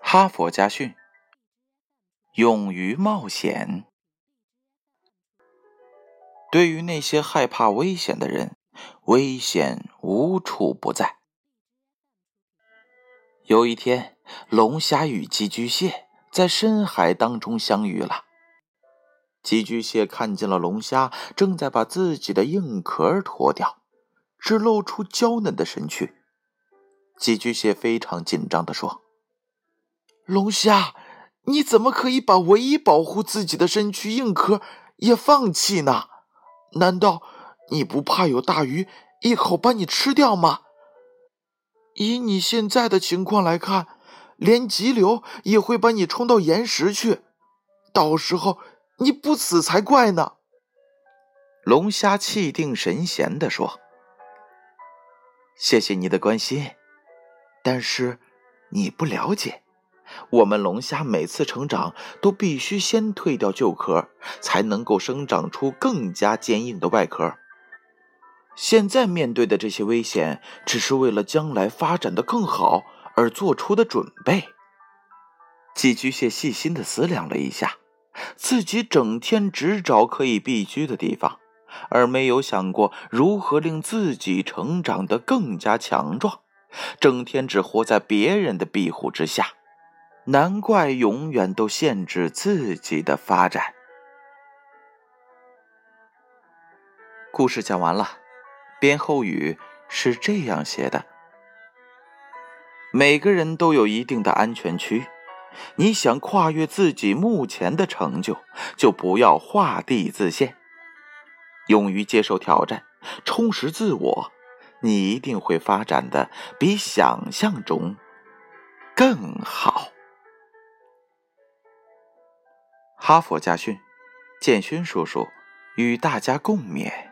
哈佛家训：勇于冒险。对于那些害怕危险的人，危险无处不在。有一天，龙虾与寄居蟹在深海当中相遇了。寄居蟹看见了龙虾正在把自己的硬壳脱掉，只露出娇嫩的身躯。寄居蟹非常紧张地说：龙虾，你怎么可以把唯一保护自己的身躯硬壳也放弃呢？难道你不怕有大鱼一口把你吃掉吗？以你现在的情况来看，连急流也会把你冲到岩石去，到时候你不死才怪呢。龙虾气定神闲地说：谢谢你的关心，但是你不了解，我们龙虾每次成长都必须先退掉旧壳，才能够生长出更加坚硬的外壳。现在面对的这些危险，只是为了将来发展的更好而做出的准备。寄居蟹细心地思量了一下，自己整天只找可以避居的地方，而没有想过如何令自己成长得更加强壮，整天只活在别人的庇护之下，难怪永远都限制自己的发展。故事讲完了，编后语是这样写的：每个人都有一定的安全区，你想跨越自己目前的成就，就不要画地自限，勇于接受挑战，充实自我，你一定会发展的比想象中更好。哈佛家训，建勋叔叔与大家共勉。